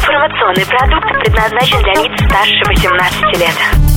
Информационный продукт предназначен для лиц старше 18 лет.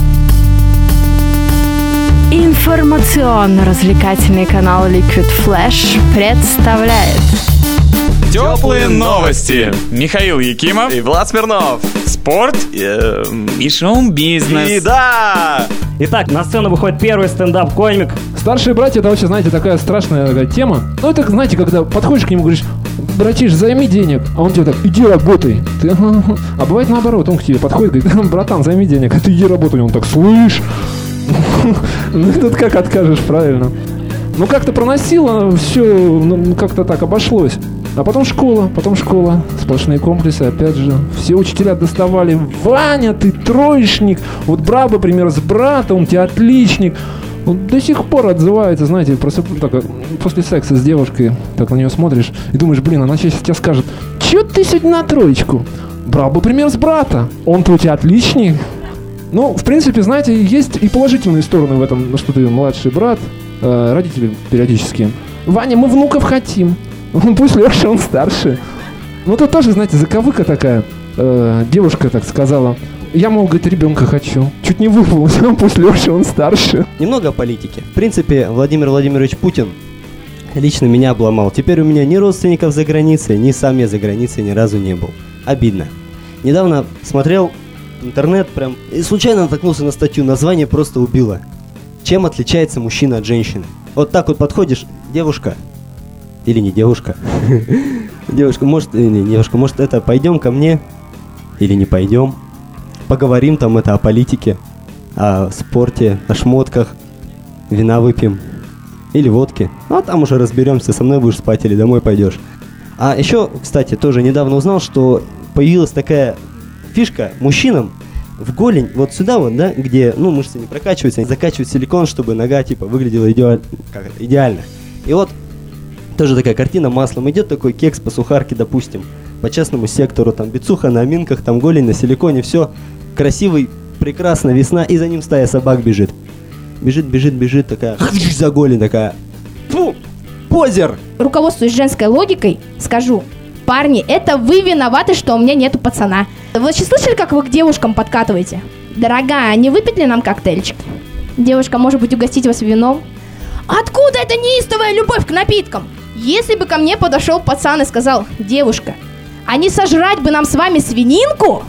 Информационно-развлекательный канал Liquid Flash представляет Теплые новости. Михаил Якимов и Влад Смирнов. Спорт и шоу-бизнес. И да! Итак, на сцену выходит первый стендап-комик. Старшие братья — это вообще, знаете, такая страшная тема. Ну, это, знаете, когда подходишь к нему и говоришь: братиш, займи денег. А он тебе так: иди работай. Ты, а бывает наоборот, он к тебе подходит и говорит: братан, займи денег, а ты иди работай. Он так: слышь. Ну, тут как откажешь, правильно? Ну, как-то проносило, все, как-то так обошлось. А потом школа, сплошные комплексы, опять же. Все учителя доставали: Ваня, ты троечник. Вот брал бы пример с братом, у тебя отличник. Вот до сих пор отзывается, знаете, просто так, после секса с девушкой, так на нее смотришь и думаешь: блин, она сейчас тебе скажет: чё ты сегодня на троечку? Брал бы пример с брата, он-то у тебя отличник. Ну, в принципе, знаете, есть и положительные стороны в этом, что ты младший брат, родители периодически: Ваня, мы внуков хотим. Пусть Леша, он старше. Ну, тут тоже, знаете, заковыка такая. Девушка так сказала: я, мол, говорит, ребенка хочу. Чуть не вырвалась, пусть Леша, он старше. Немного о политике. В принципе, Владимир Владимирович Путин лично меня обломал. Теперь у меня ни родственников за границей, ни сам я за границей ни разу не был. Обидно. Недавно смотрел интернет прям и случайно наткнулся на статью. Название просто убило. Чем отличается мужчина от женщины? Вот так вот подходишь: девушка или не девушка? Девушка, может, не девушка, может, это пойдем ко мне или не пойдем? Поговорим там это о политике, о спорте, о шмотках, вина выпьем или водки. Ну, а там уже разберемся, со мной будешь спать или домой пойдешь. А еще, кстати, тоже недавно узнал, что появилась такая фишка мужчинам в голень, вот сюда вот, да, где, ну, мышцы не прокачиваются, они закачивают силикон, чтобы нога, типа, выглядела идеально. И вот тоже такая картина маслом идет, такой кекс по сухарке, допустим, по частному сектору, там, бицуха на аминках, там, голень на силиконе, все красивый, прекрасно, весна, и за ним стая собак бежит. Бежит, такая, за голень такая, фу, позер! Руководствуясь женской логикой, скажу: парни, это вы виноваты, что у меня нету пацана. Вы вообще слышали, как вы к девушкам подкатываете? Дорогая, не выпить ли нам коктейльчик? Девушка, может быть, угостить вас вином? Откуда эта неистовая любовь к напиткам? Если бы ко мне подошел пацан и сказал: девушка, а не сожрать бы нам с вами свининку?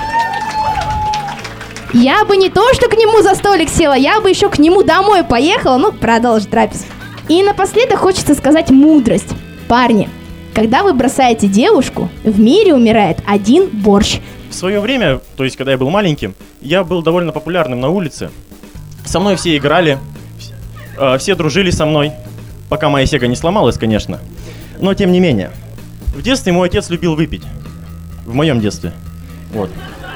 Я бы не то, что к нему за столик села, я бы еще к нему домой поехала, ну, продолжить трапезу. И напоследок хочется сказать мудрость. Парни, когда вы бросаете девушку, в мире умирает один борщ. В свое время, то есть когда я был маленьким, я был довольно популярным на улице. Со мной все играли, все дружили со мной, пока моя сега не сломалась, конечно. Но тем не менее, в детстве мой отец любил выпить. В моем детстве. Вот.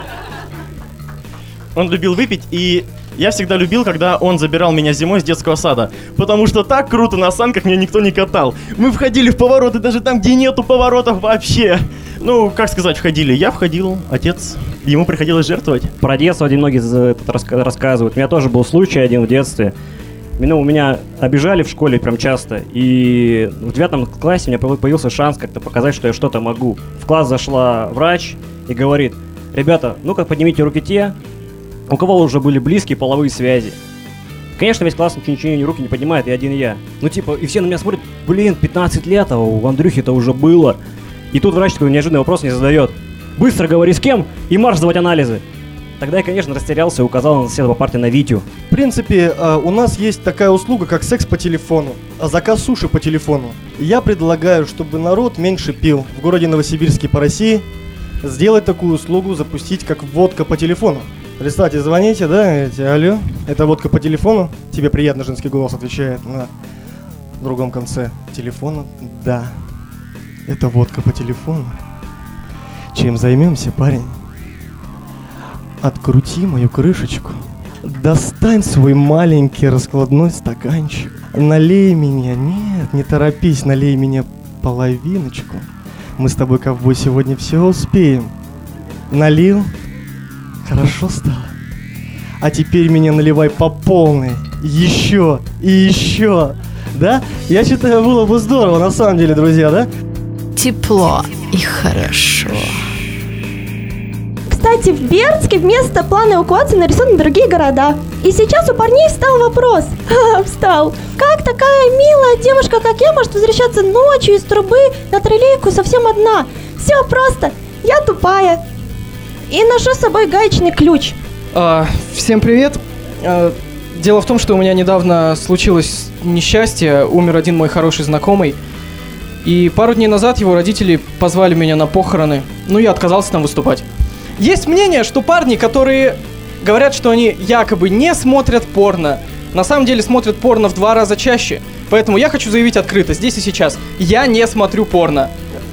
Он любил выпить, и я всегда любил, когда он забирал меня зимой с детского сада. Потому что так круто на санках меня никто не катал. Мы входили в повороты, даже там, где нету поворотов вообще. Ну, как сказать, входили. Я входил, отец, ему приходилось жертвовать. Про детство один многие рассказывают. У меня тоже был случай один в детстве. У меня обижали в школе прям часто. И в 9 классе у меня появился шанс как-то показать, что я что-то могу. В класс зашла врач и говорит: ребята, ну-ка поднимите руки те, у кого уже были близкие половые связи. Конечно, весь класс ничего руки не поднимает, и один я. Ну типа, и все на меня смотрят: блин, 15 лет, а у Андрюхи это уже было. И тут врач такой неожиданный вопрос не задает: быстро говори с кем и марш сдавать анализы. Тогда я, конечно, растерялся и указал на соседа по парте на Витю. В принципе, у нас есть такая услуга, как секс по телефону, заказ суши по телефону. Я предлагаю, чтобы народ меньше пил в городе Новосибирске по России, сделать такую услугу, запустить как водка по телефону. Представьте, звоните, да, алло, это водка по телефону, тебе приятно женский голос отвечает на другом конце телефона: да, это водка по телефону. Чем займемся, парень? Открути мою крышечку, достань свой маленький раскладной стаканчик, налей меня, нет, не торопись, налей меня половиночку. Мы с тобой, ковбой, сегодня все успеем. Налил? Хорошо стало. А теперь меня наливай по полной. Еще и еще. Да? Я считаю, было бы здорово, на самом деле, друзья, да? Тепло и хорошо. Кстати, в Бердске вместо плана эвакуации нарисованы другие города. И сейчас у парней встал вопрос. Встал. Как такая милая девушка, как я, может возвращаться ночью из трубы на троллейку совсем одна? Все просто. Я тупая. И ношу с собой гаечный ключ. Всем привет. Дело в том, что у меня недавно случилось несчастье. Умер один мой хороший знакомый. И пару дней назад его родители позвали меня на похороны. Но я отказался там выступать. Есть мнение, что парни, которые говорят, что они якобы не смотрят порно, на самом деле смотрят порно в 2 раза чаще. Поэтому я хочу заявить открыто, здесь и сейчас. Я не смотрю порно.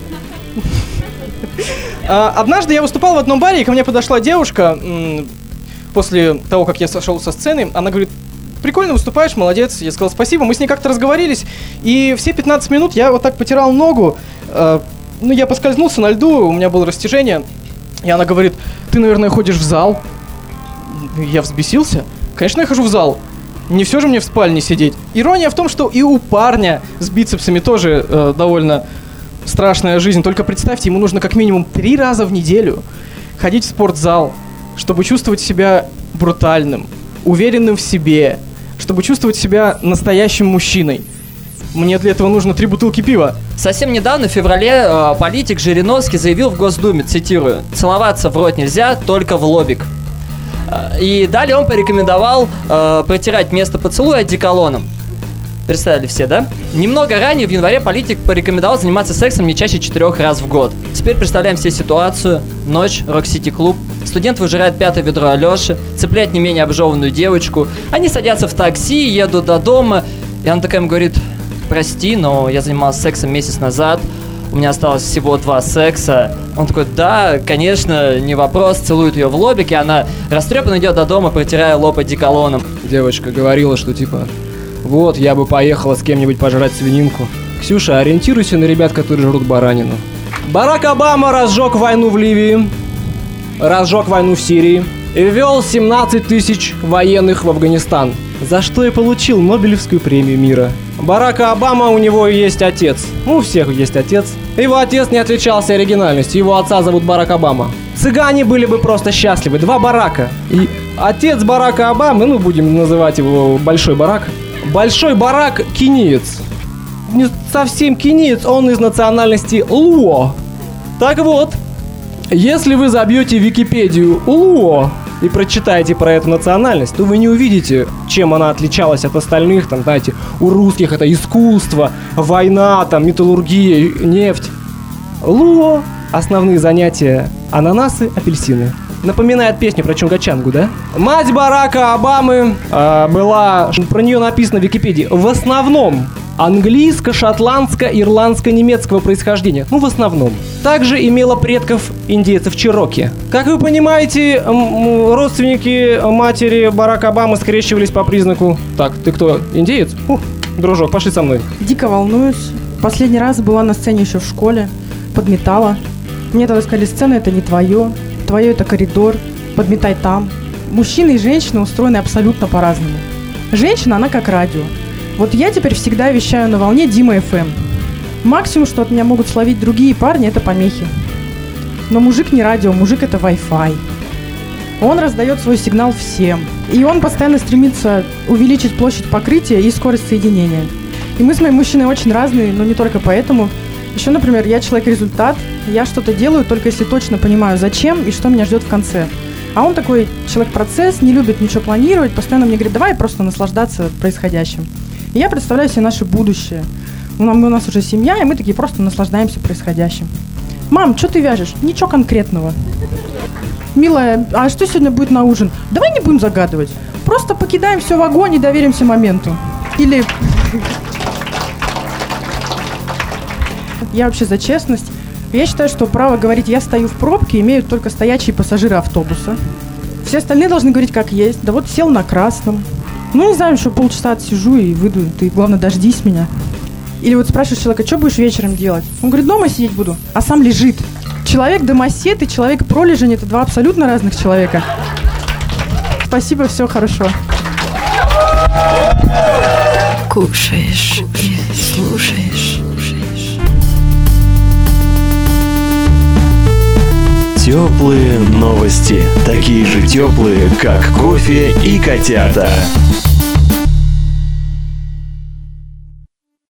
Однажды я выступал в одном баре, и ко мне подошла девушка после того, как я сошел со сцены. Она говорит: прикольно выступаешь, молодец. Я сказал спасибо, мы с ней как-то разговорились. И все 15 минут я вот так потирал ногу. Я поскользнулся на льду, у меня было растяжение. И она говорит: ты, наверное, ходишь в зал? Я взбесился. Конечно, я хожу в зал. Не все же мне в спальне сидеть. Ирония в том, что и у парня с бицепсами тоже довольно страшная жизнь. Только представьте, ему нужно как минимум 3 раза в неделю ходить в спортзал, чтобы чувствовать себя брутальным, уверенным в себе, чтобы чувствовать себя настоящим мужчиной. Мне для этого нужно 3 бутылки пива. Совсем недавно, в феврале, политик Жириновский заявил в Госдуме, цитирую: «Целоваться в рот нельзя, только в лобик». И далее он порекомендовал протирать место поцелуя одеколоном. Представили все, да? Немного ранее, в январе, политик порекомендовал заниматься сексом не чаще 4 раз в год. Теперь представляем себе ситуацию. Ночь, Рок-Сити-клуб. Студент выжирает 5-е ведро Алёши, цепляет не менее обжеванную девочку. Они садятся в такси, едут до дома. И она такая ему говорит: прости, но я занимался сексом месяц назад. У меня осталось всего 2 секса. Он такой: да, конечно, не вопрос. Целует ее в лобик, и она растрепанно идет до дома, протирая лоб одеколоном. Девочка говорила, что типа: вот, я бы поехала с кем-нибудь пожрать свининку. Ксюша, ориентируйся на ребят, которые жрут баранину. Барак Обама разжег войну в Ливии, разжег войну в Сирии и ввел 17 тысяч военных в Афганистан. За что и получил Нобелевскую премию мира. Барака Обама, у него есть отец. У всех есть отец. Его отец не отличался оригинальностью. Его отца зовут Барак Обама. Цыгане были бы просто счастливы. 2 Барака. И отец Барака Обамы, будем называть его Большой Барак. Большой Барак кениец. Не совсем кениец, он из национальности Луо. Так вот, если вы забьете в Википедию Луо и прочитаете про эту национальность, то вы не увидите, чем она отличалась от остальных. Там, знаете, у русских это искусство, война, там, металлургия, нефть. Луо – основные занятия – ананасы, апельсины. Напоминает песню про Чунгачангу, да? Мать Барака Обамы была, про нее написано в Википедии, в основном английско-шотландско-ирландско-немецкого происхождения. В основном. Также имела предков индейцев Чероки. Как вы понимаете, родственники матери Барака Обамы скрещивались по признаку: так, ты кто, индеец? Дружок, пошли со мной. Дико волнуюсь. Последний раз была на сцене еще в школе, подметала. Мне тогда сказали: сцена это не твое, твое это коридор, подметай там. Мужчины и женщины устроены абсолютно по-разному. Женщина, она как радио. Вот я теперь всегда вещаю на волне Дима FM. Максимум, что от меня могут словить другие парни, это помехи. Но мужик не радио, мужик это Wi-Fi. Он раздает свой сигнал всем. И он постоянно стремится увеличить площадь покрытия и скорость соединения. И мы с моим мужчиной очень разные, но не только поэтому. Еще, например, я человек-результат, я что-то делаю только если точно понимаю, зачем и что меня ждет в конце. А он такой человек-процесс, не любит ничего планировать, постоянно мне говорит: давай просто наслаждаться происходящим. И я представляю себе наше будущее. У нас уже семья, и мы такие просто наслаждаемся происходящим. Мам, что ты вяжешь? Ничего конкретного. Милая, а что сегодня будет на ужин? Давай не будем загадывать. Просто покидаем все в огонь и доверимся моменту. Или... Я вообще за честность. Я считаю, что право говорить «я стою в пробке» имеют только стоячие пассажиры автобуса. Все остальные должны говорить как есть. Да вот сел на красном. Не знаю, еще полчаса отсижу и выйду. Ты, главное, дождись меня. Или вот спрашиваешь человека: что будешь вечером делать? Он говорит: дома сидеть буду. А сам лежит. Человек-домосед и человек-пролежень – это 2 абсолютно разных человека. Спасибо, все хорошо. Кушаешь и слушаешь. Теплые новости. Такие же теплые, как кофе и котята.